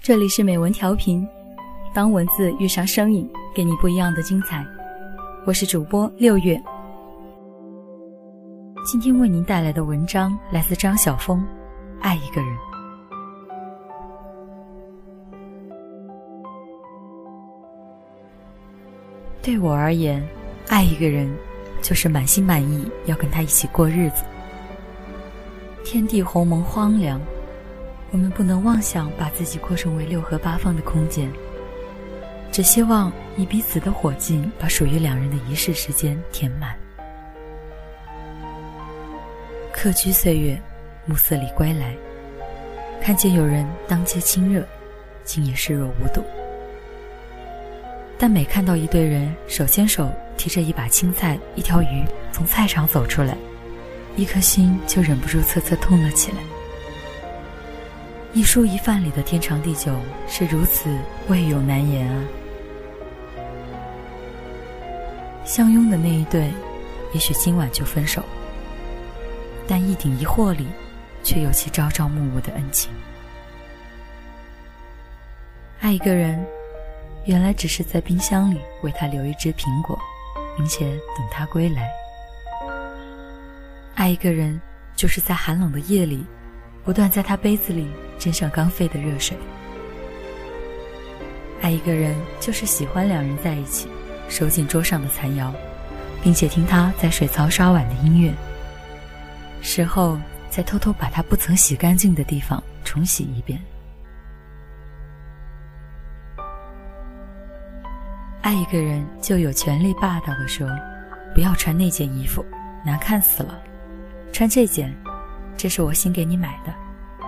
这里是美文调频，当文字遇上声音，给你不一样的精彩。我是主播六月。今天为您带来的文章来自张晓峰，爱一个人。对我而言，爱一个人就是满心满意要跟他一起过日子。天地鸿蒙荒凉，我们不能妄想把自己扩成为六合八方的空间，只希望以彼此的火劲把属于两人的一世时间填满。客居岁月，暮色里归来，看见有人当街亲热，竟也视若无睹。但每看到一对人手牵手提着一把青菜一条鱼从菜场走出来，一颗心就忍不住侧侧痛了起来。一蔬一饭里的天长地久是如此未有难言啊。相拥的那一对也许今晚就分手，但一顶一惑里却有其朝朝暮暮的恩情。爱一个人原来只是在冰箱里为他留一只苹果，并且等他归来。爱一个人就是在寒冷的夜里不断在他杯子里斟上刚沸的热水。爱一个人就是喜欢两人在一起收进桌上的残肴，并且听他在水槽刷碗的音乐，事后再偷偷把他不曾洗干净的地方重洗一遍。爱一个人就有权利霸道地说，不要穿那件衣服，难看死了，穿这件，这是我新给你买的。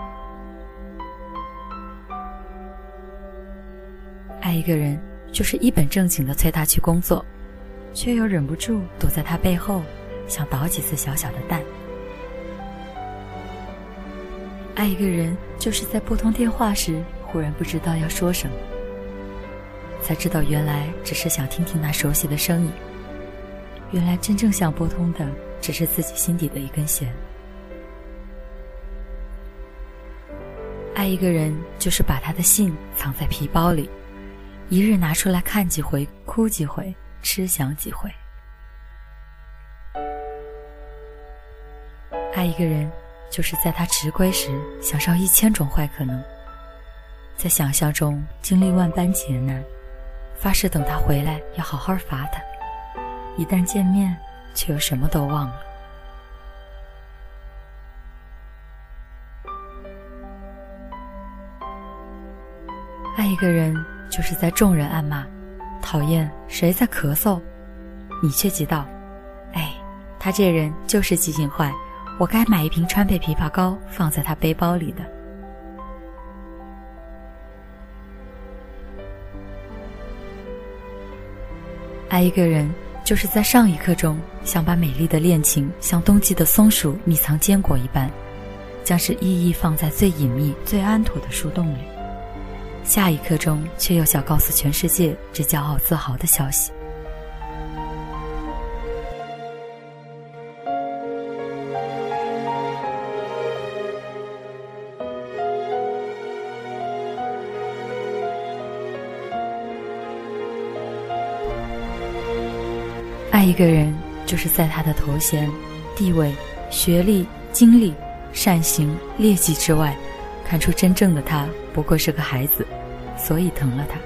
爱一个人就是一本正经地催他去工作，却又忍不住躲在他背后想捣几次小小的蛋。爱一个人就是在拨通电话时忽然不知道要说什么，才知道原来只是想听听那熟悉的声音，原来真正想拨通的只是自己心底的一根弦。爱一个人就是把他的信藏在皮包里，一日拿出来看几回，哭几回，吃想几回。爱一个人就是在他迟归时想上1000种坏可能，在想象中经历万般劫难，发誓等他回来要好好罚他，一旦见面却又什么都忘了。爱一个人就是在众人暗骂讨厌谁在咳嗽，你却急道，哎，他这人就是记性坏，我该买一瓶川贝枇杷膏放在他背包里的。爱一个人就是在上一刻中想把美丽的恋情像冬季的松鼠密藏坚果一般，将是一一放在最隐秘最安妥的树洞里，下一刻中却又想告诉全世界这骄傲自豪的消息。爱一个人就是在他的头衔、地位、学历、经历、善行、劣迹之外，看出真正的他不过是个孩子，所以疼了他。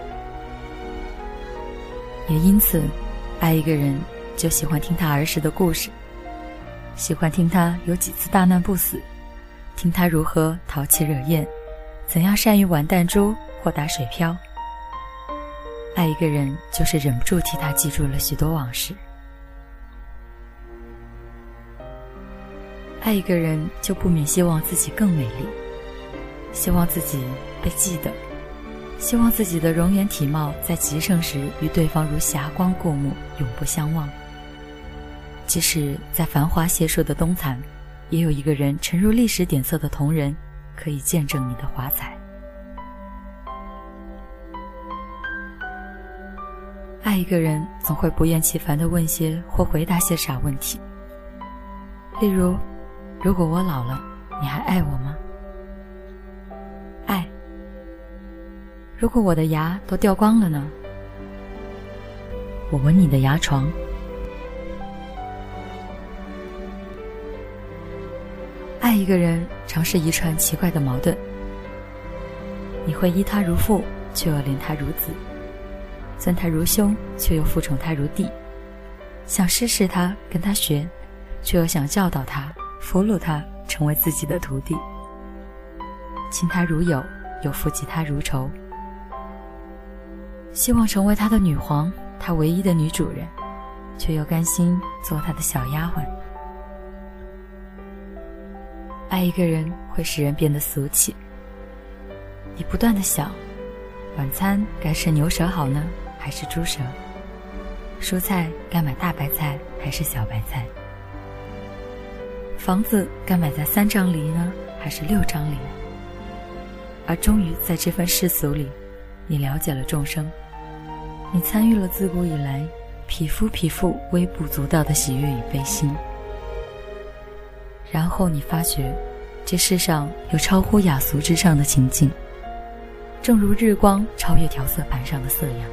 也因此，爱一个人就喜欢听他儿时的故事，喜欢听他有几次大难不死，听他如何淘气惹厌，怎样善于玩弹珠或打水漂。爱一个人就是忍不住替他记住了许多往事。爱一个人就不免希望自己更美丽，希望自己被记得，希望自己的容颜体貌在极盛时与对方如霞光过目，永不相忘。即使在繁华谢烁的冬残，也有一个人沉入历史点色的同人，可以见证你的华彩。爱一个人总会不厌其烦地问些或回答些傻问题，例如，如果我老了，你还爱我吗？爱， 如果我的牙都掉光了呢？我吻你的牙床。爱一个人常是一串奇怪的矛盾，你会依他如父，却又怜他如子，尊他如兄，却又服从他如弟，想师事他，跟他学，却又想教导他，俘虏他，成为自己的徒弟，亲他如友，又负及他如仇，希望成为他的女皇，他唯一的女主人，却又甘心做他的小丫鬟。爱一个人会使人变得俗气，你不断地想，晚餐该吃牛舌好呢，还是猪舌？蔬菜该买大白菜还是小白菜？房子该买在3张里呢，还是6张里？而终于在这份世俗里，你了解了众生，你参与了自古以来匹夫微不足道的喜悦与悲心。然后你发觉，这世上有超乎雅俗之上的情境，正如日光超越调色盘上的色样。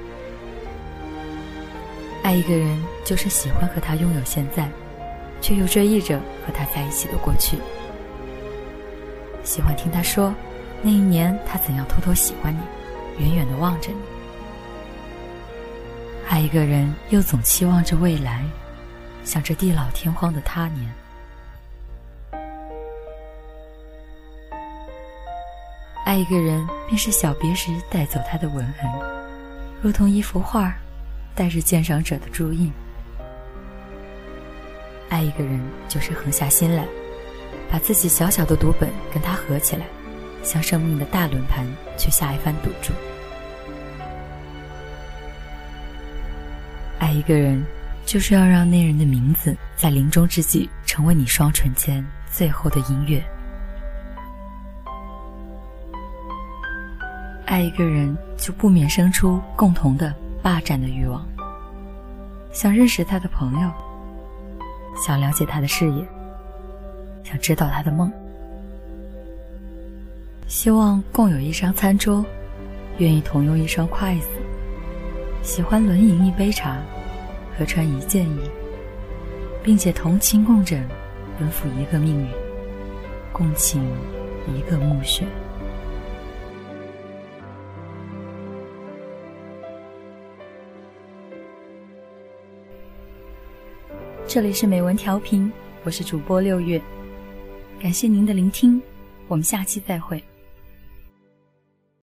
爱一个人，就是喜欢和他拥有现在，却又追忆着和他在一起的过去。喜欢听他说，那一年他怎样偷偷喜欢你，远远地望着你。爱一个人，又总期望着未来，想着地老天荒的他年。爱一个人，便是小别时带走他的吻痕，如同一幅画，带着鉴赏者的注印。爱一个人，就是横下心来，把自己小小的读本跟他合起来，向生命的大轮盘去下一番赌注。爱一个人，就是要让那人的名字在临终之际成为你双唇间最后的音乐。爱一个人，就不免生出共同的霸占的欲望，想认识他的朋友，想了解他的事业，想知道他的梦，希望共有一张餐桌，愿意同用一双筷子，喜欢轮饮一杯茶，合穿一件衣，并且同寝共枕，奔赴一个命运，共寝一个墓穴。这里是美文调频，我是主播6月，感谢您的聆听，我们下期再会。